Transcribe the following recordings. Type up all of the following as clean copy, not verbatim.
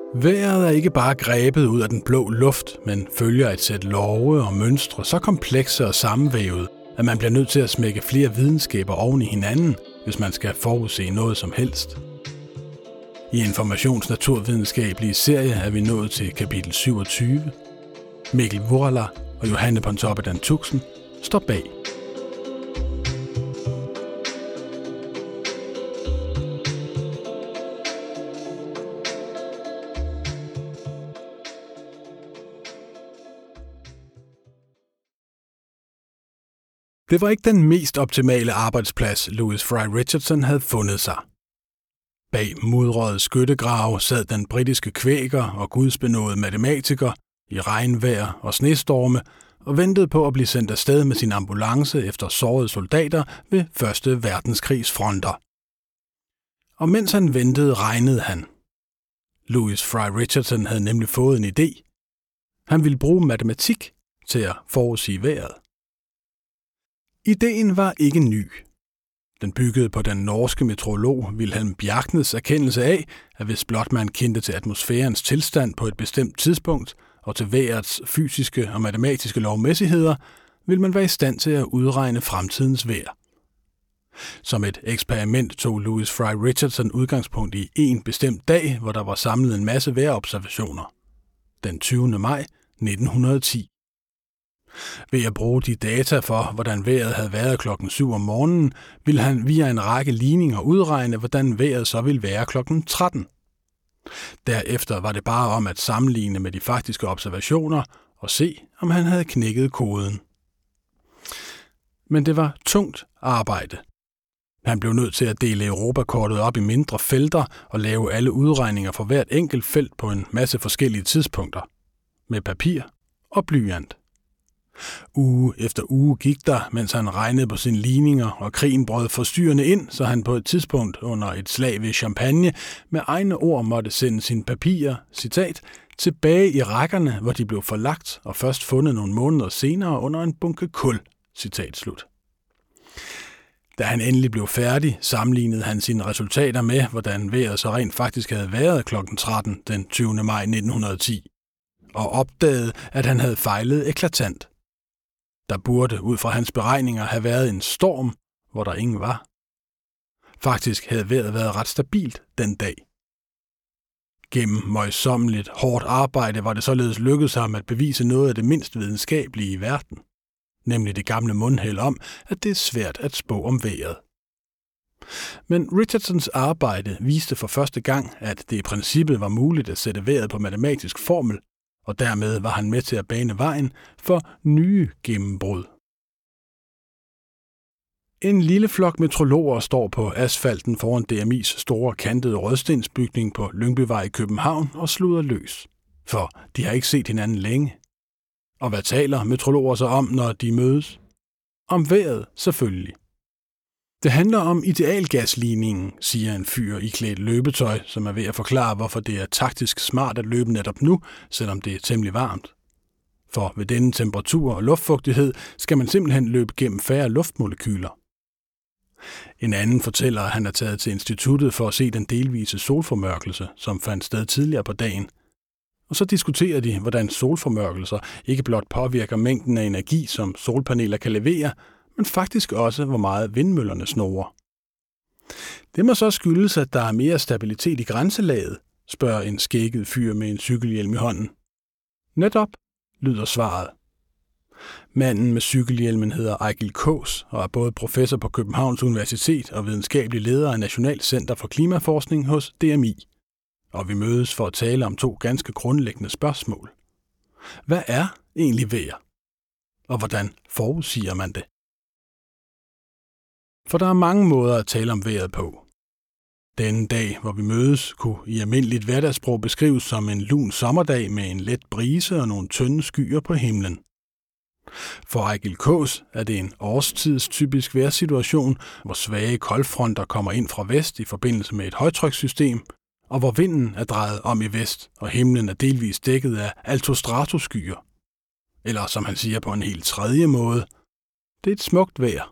Vejret er ikke bare grebet ud af den blå luft, men følger et sæt love og mønstre så komplekse og sammenvævet, at man bliver nødt til at smække flere videnskaber oven i hinanden, hvis man skal forudse noget som helst. I Informations naturvidenskabelige serie er vi nået til kapitel 27. Mikkel Wurla og Johanne Pontoppidan Tuxen står bag. Det var ikke den mest optimale arbejdsplads, Louis Fry Richardson havde fundet sig. Bag mudrede skyttegrave sad den britiske kvæker og gudsbenåede matematiker i regnvejr og snestorme og ventede på at blive sendt afsted med sin ambulance efter sårede soldater ved 1. verdenskrigs fronter. Og mens han ventede, regnede han. Louis Fry Richardson havde nemlig fået en idé. Han ville bruge matematik til at forudsige vejret. Ideen var ikke ny. Den byggede på den norske meteorolog Wilhelm Bjerknets erkendelse af, at hvis blot man kendte til atmosfærens tilstand på et bestemt tidspunkt og til vejrets fysiske og matematiske lovmæssigheder, ville man være i stand til at udregne fremtidens vejr. Som et eksperiment tog Louis Fry Richardson udgangspunkt i en bestemt dag, hvor der var samlet en masse vejrobservationer. Den 20. maj 1910. Ved at bruge de data for, hvordan vejret havde været klokken 7 om morgenen, ville han via en række ligninger udregne, hvordan vejret så ville være klokken 13. Derefter var det bare om at sammenligne med de faktiske observationer og se, om han havde knækket koden. Men det var tungt arbejde. Han blev nødt til at dele Europakortet op i mindre felter og lave alle udregninger for hvert enkelt felt på en masse forskellige tidspunkter. Med papir og blyant. Uge efter uge gik der, mens han regnede på sine ligninger, og krigen brød forstyrrende ind, så han på et tidspunkt under et slag ved Champagne med egne ord måtte sende sine papirer, citat, tilbage i rækkerne, hvor de blev forlagt og først fundet nogle måneder senere under en bunke kul, citat slut. Da han endelig blev færdig, sammenlignede han sine resultater med, hvordan vejret så rent faktisk havde været kl. 13 den 20. maj 1910, og opdagede, at han havde fejlet eklatant. Der burde, ud fra hans beregninger, have været en storm, hvor der ingen var. Faktisk havde vejret været ret stabilt den dag. Gennem møjsommeligt, hårdt arbejde var det således lykkedes ham at bevise noget af det mindst videnskabelige i verden. Nemlig det gamle mundheld om, at det er svært at spå om vejret. Men Richardsons arbejde viste for første gang, at det i princippet var muligt at sætte vejret på matematisk formel, og dermed var han med til at bane vejen for nye gennembrud. En lille flok meteorologer står på asfalten foran DMI's store kantede rødstensbygning på Lyngbyvej i København og sluder løs, for de har ikke set hinanden længe. Og hvad taler meteorologer så om, når de mødes? Om vejret, selvfølgelig. Det handler om idealgasligningen, siger en fyr i klædt løbetøj, som er ved at forklare, hvorfor det er taktisk smart at løbe netop nu, selvom det er temmelig varmt. For ved denne temperatur og luftfugtighed skal man simpelthen løbe gennem færre luftmolekyler. En anden fortæller, at han er taget til instituttet for at se den delvise solformørkelse, som fandt sted tidligere på dagen. Og så diskuterer de, hvordan solformørkelser ikke blot påvirker mængden af energi, som solpaneler kan levere, men faktisk også, hvor meget vindmøllerne snurrer. Det må så skyldes, at der er mere stabilitet i grænselaget, spørger en skægget fyr med en cykelhjelm i hånden. Netop, lyder svaret. Manden med cykelhjelmen hedder Eigil Kaas og er både professor på Københavns Universitet og videnskabelig leder af National Center for Klimaforskning hos DMI. Og vi mødes for at tale om 2 ganske grundlæggende spørgsmål. Hvad er egentlig vejr? Og hvordan forudsiger man det? For der er mange måder at tale om vejret på. Denne dag, hvor vi mødes, kunne i almindeligt hverdagssprog beskrives som en lun sommerdag med en let brise og nogle tynde skyer på himlen. For Eigil Kaas er det en årstidstypisk vejrsituation, hvor svage koldfronter kommer ind fra vest i forbindelse med et højtrykssystem, og hvor vinden er drejet om i vest, og himlen er delvis dækket af altostratoskyer. Eller som han siger på en helt tredje måde, det er et smukt vejr.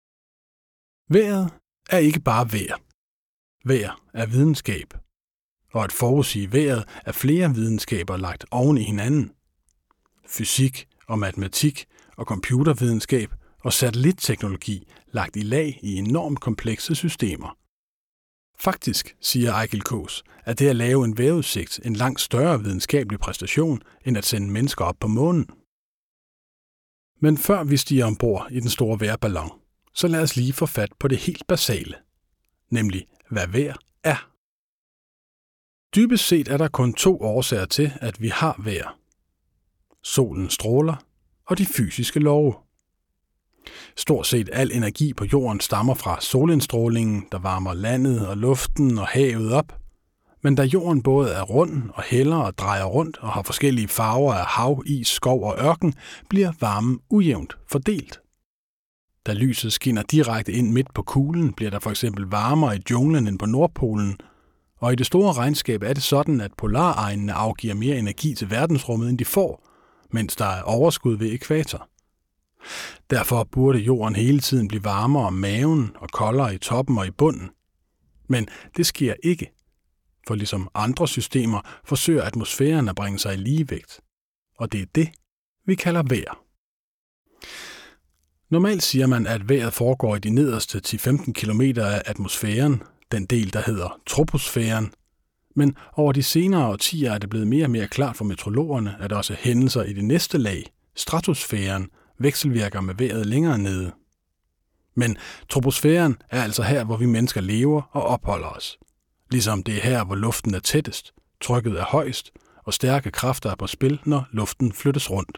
Vejret er ikke bare vejr. Vejr er videnskab. og at forudsige vejret er flere videnskaber lagt oven i hinanden. Fysik og matematik og computervidenskab og satellitteknologi lagt i lag i enormt komplekse systemer. Faktisk, siger Eigil Kaas, at det at lave en vejrudsigt en langt større videnskabelig præstation, end at sende mennesker op på månen. Men før vi stiger ombord i den store vejrballon, så lad os lige få fat på det helt basale, nemlig hvad vejr er. Dybest set er der kun 2 årsager til, at vi har vejr. Solens stråler og de fysiske love. Stort set al energi på jorden stammer fra solindstrålingen, der varmer landet og luften og havet op. Men da jorden både er rund og hælder og drejer rundt og har forskellige farver af hav, is, skov og ørken, bliver varmen ujævnt fordelt. Da lyset skinner direkte ind midt på kuglen, bliver der for eksempel varmere i junglen end på Nordpolen, og i det store regnskab er det sådan, at polaregnene afgiver mere energi til verdensrummet, end de får, mens der er overskud ved ækvator. Derfor burde jorden hele tiden blive varmere om maven og koldere i toppen og i bunden. Men det sker ikke, for ligesom andre systemer forsøger atmosfæren at bringe sig i ligevægt. Og det er det, vi kalder vejr. Normalt siger man, at vejret foregår i de nederste 10-15 km af atmosfæren, den del, der hedder troposfæren. Men over de senere årtier er det blevet mere og mere klart for meteorologerne, at også hændelser i det næste lag, stratosfæren, vekselvirker med vejret længere nede. Men troposfæren er altså her, hvor vi mennesker lever og opholder os. Ligesom det er her, hvor luften er tættest, trykket er højst, og stærke kræfter er på spil, når luften flyttes rundt.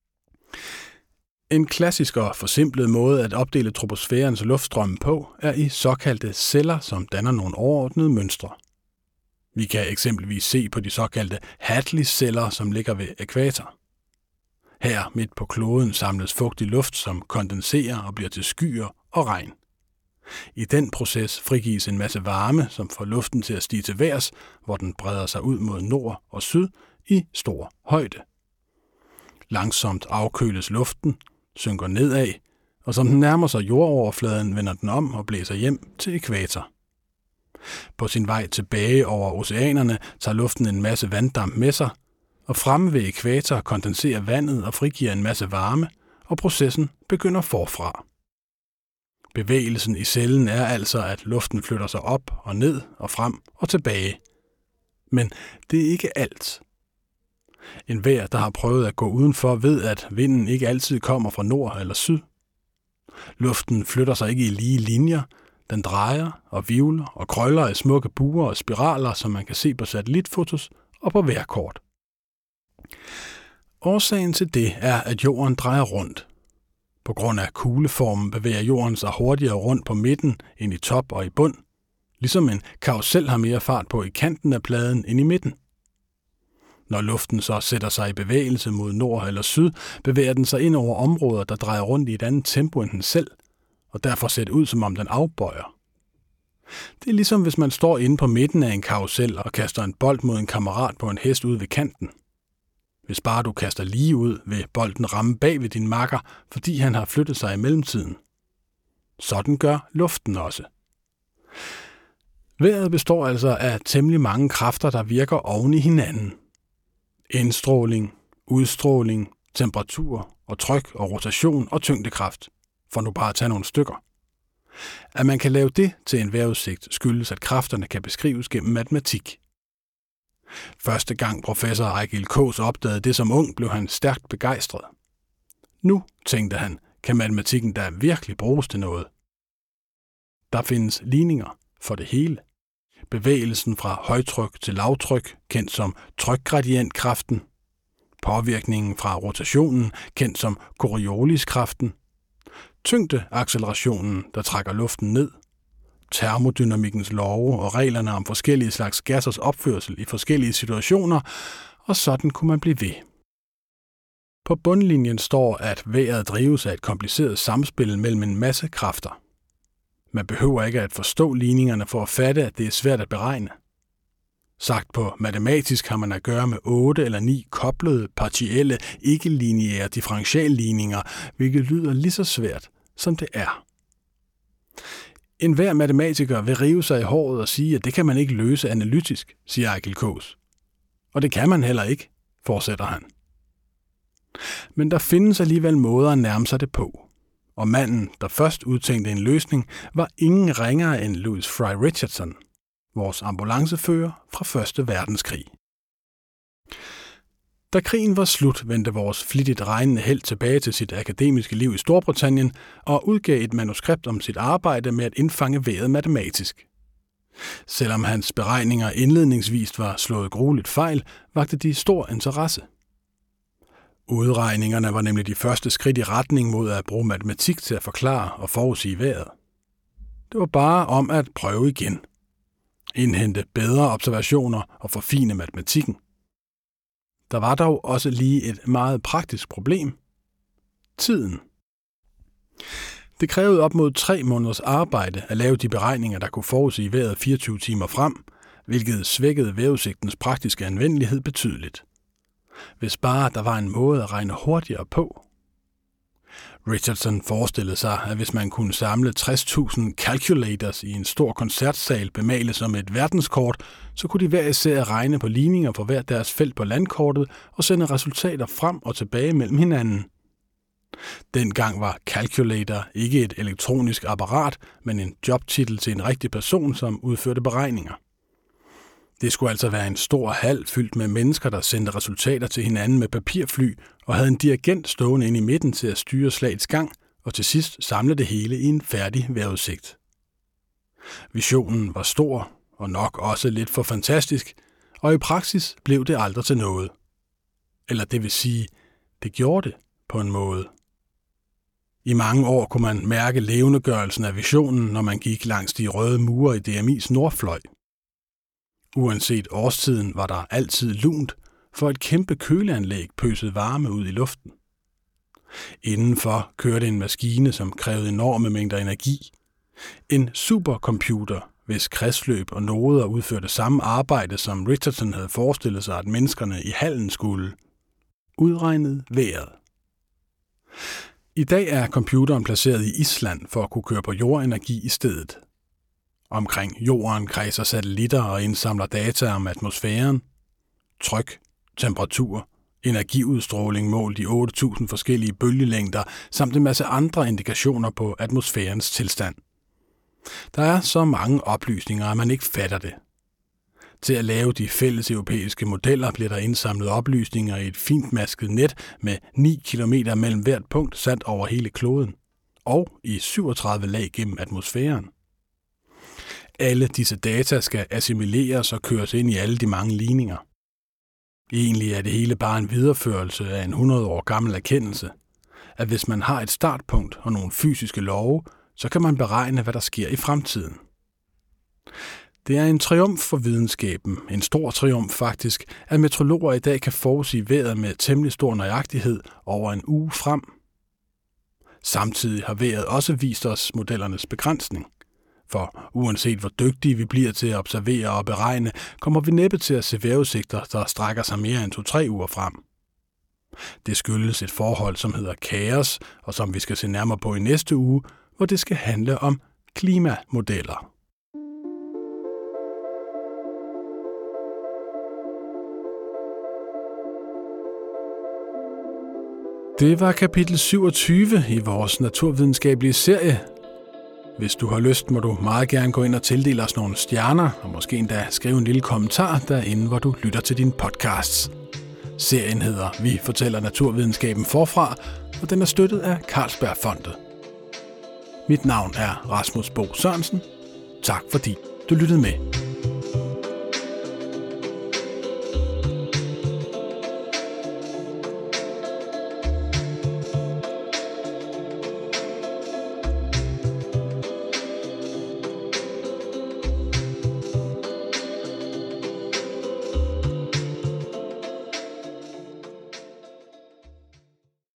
En klassisk og forsimplet måde at opdele troposfærens luftstrømme på er i såkaldte celler, som danner nogle overordnede mønstre. Vi kan eksempelvis se på de såkaldte Hadley-celler, som ligger ved ækvator. Her midt på kloden samles fugtig luft, som kondenserer og bliver til skyer og regn. I den proces frigives en masse varme, som får luften til at stige til vejrs, hvor den breder sig ud mod nord og syd i stor højde. Langsomt afkøles luften, synker nedad, og som den nærmer sig jordoverfladen, vender den om og blæser hjem til ækvator. På sin vej tilbage over oceanerne tager luften en masse vanddamp med sig, og fremme ved ækvator kondenserer vandet og frigiver en masse varme, og processen begynder forfra. Bevægelsen i cellen er altså, at luften flytter sig op og ned og frem og tilbage. Men det er ikke alt. Enhver, der har prøvet at gå udenfor, ved, at vinden ikke altid kommer fra nord eller syd. Luften flytter sig ikke i lige linjer. Den drejer og hvirvler og krøller i smukke buer og spiraler, som man kan se på satellitfotos og på vejrkort. Årsagen til det er, at jorden drejer rundt. På grund af kugleformen bevæger jorden sig hurtigere rundt på midten end i top og i bund, ligesom en karusel har mere fart på i kanten af pladen end i midten. Når luften så sætter sig i bevægelse mod nord eller syd, bevæger den sig ind over områder, der drejer rundt i et andet tempo end den selv, og derfor ser det ud, som om den afbøjer. Det er ligesom hvis man står inde på midten af en karusel og kaster en bold mod en kammerat på en hest ude ved kanten. Hvis bare du kaster lige ud, vil bolden ramme bag ved din makker, fordi han har flyttet sig i mellemtiden. Sådan gør luften også. Vejret består altså af temmelig mange kræfter, der virker oven i hinanden. Indstråling, udstråling, temperatur og tryk og rotation og tyngdekraft, for nu bare at tage nogle stykker. At man kan lave det til en vejrudsigt skyldes, at kræfterne kan beskrives gennem matematik. Første gang professor Eigil Kaas opdagede det som ung, blev han stærkt begejstret. Nu, tænkte han, kan matematikken da virkelig bruges til noget. Der findes ligninger for det hele. Bevægelsen fra højtryk til lavtryk, kendt som trykgradientkraften. Påvirkningen fra rotationen, kendt som Corioliskraften. Tyngdeaccelerationen, der trækker luften ned. Termodynamikkens love og reglerne om forskellige slags gassers opførsel i forskellige situationer, og sådan kunne man blive ved. På bundlinjen står, at vejret drives af et kompliceret samspil mellem en masse kræfter. Man behøver ikke at forstå ligningerne for at fatte, at det er svært at beregne. Sagt på matematisk har man at gøre med 8 eller 9 koblede, partielle, ikke-lineære differentialligninger, hvilket lyder lige så svært, som det er. Enhver matematiker vil rive sig i håret og sige, at det kan man ikke løse analytisk, siger Eigil Kaas. Og det kan man heller ikke, fortsætter han. Men der findes alligevel måder at nærme sig det på. Og manden, der først udtænkte en løsning, var ingen ringere end Louis Fry Richardson, vores ambulancefører fra 1. verdenskrig. Da krigen var slut, vendte vores flittigt regnende helt tilbage til sit akademiske liv i Storbritannien og udgav et manuskript om sit arbejde med at indfange vejret matematisk. Selvom hans beregninger indledningsvis var slået grueligt fejl, vakte de stor interesse. Udregningerne var nemlig de første skridt i retning mod at bruge matematik til at forklare og forudsige vejret. Det var bare om at prøve igen. Indhente bedre observationer og forfine matematikken. Der var dog også lige et meget praktisk problem. Tiden. Det krævede op mod 3 måneders arbejde at lave de beregninger, der kunne forudsige vejret 24 timer frem, hvilket svækkede vejrudsigtens praktiske anvendelighed betydeligt. Hvis bare der var en måde at regne hurtigere på. Richardson forestillede sig, at hvis man kunne samle 60.000 calculators i en stor koncertsal bemalet som et verdenskort, så kunne de hver især regne på ligninger for hver deres felt på landkortet og sende resultater frem og tilbage mellem hinanden. Dengang var calculator ikke et elektronisk apparat, men en jobtitel til en rigtig person, som udførte beregninger. Det skulle altså være en stor hal fyldt med mennesker, der sendte resultater til hinanden med papirfly og havde en dirigent stående inde i midten til at styre slagets gang og til sidst samle det hele i en færdig vejrudsigt. Visionen var stor og nok også lidt for fantastisk, og i praksis blev det aldrig til noget. Eller det vil sige, det gjorde det på en måde. I mange år kunne man mærke levendegørelsen af visionen, når man gik langs de røde mure i DMI's nordfløj. Uanset årstiden var der altid lunt, for et kæmpe køleanlæg pøsede varme ud i luften. Indenfor kørte en maskine, som krævede enorme mængder energi. En supercomputer, hvis kredsløb og noder udførte samme arbejde, som Richardson havde forestillet sig, at menneskerne i hallen skulle. Udregnet vejret. I dag er computeren placeret i Island for at kunne køre på jordenergi i stedet. Omkring jorden kredser satellitter og indsamler data om atmosfæren, tryk, temperatur, energiudstråling målt i 8.000 forskellige bølgelængder samt en masse andre indikationer på atmosfærens tilstand. Der er så mange oplysninger, at man ikke fatter det. Til at lave de fælles europæiske modeller bliver der indsamlet oplysninger i et fintmasket net med 9 km mellem hvert punkt sat over hele kloden og i 37 lag gennem atmosfæren. Alle disse data skal assimileres og køres ind i alle de mange ligninger. Egentlig er det hele bare en videreførelse af en 100 år gammel erkendelse, at hvis man har et startpunkt og nogle fysiske love, så kan man beregne, hvad der sker i fremtiden. Det er en triumf for videnskaben, en stor triumf faktisk, at meteorologer i dag kan forudsige vejret med temmelig stor nøjagtighed over en uge frem. Samtidig har vejret også vist os modellernes begrænsning. For uanset hvor dygtige vi bliver til at observere og beregne, kommer vi næppe til at se vejrudsigter, der strækker sig mere end 2-3 uger frem. Det skyldes et forhold, som hedder kaos, og som vi skal se nærmere på i næste uge, hvor det skal handle om klimamodeller. Det var kapitel 27 i vores naturvidenskabelige serie. Hvis du har lyst, må du meget gerne gå ind og tildele os nogle stjerner, og måske endda skrive en lille kommentar derinde, hvor du lytter til dine podcasts. Serien hedder Vi fortæller naturvidenskaben forfra, og den er støttet af Carlsbergfondet. Mit navn er Rasmus Bo Sørensen. Tak fordi du lyttede med.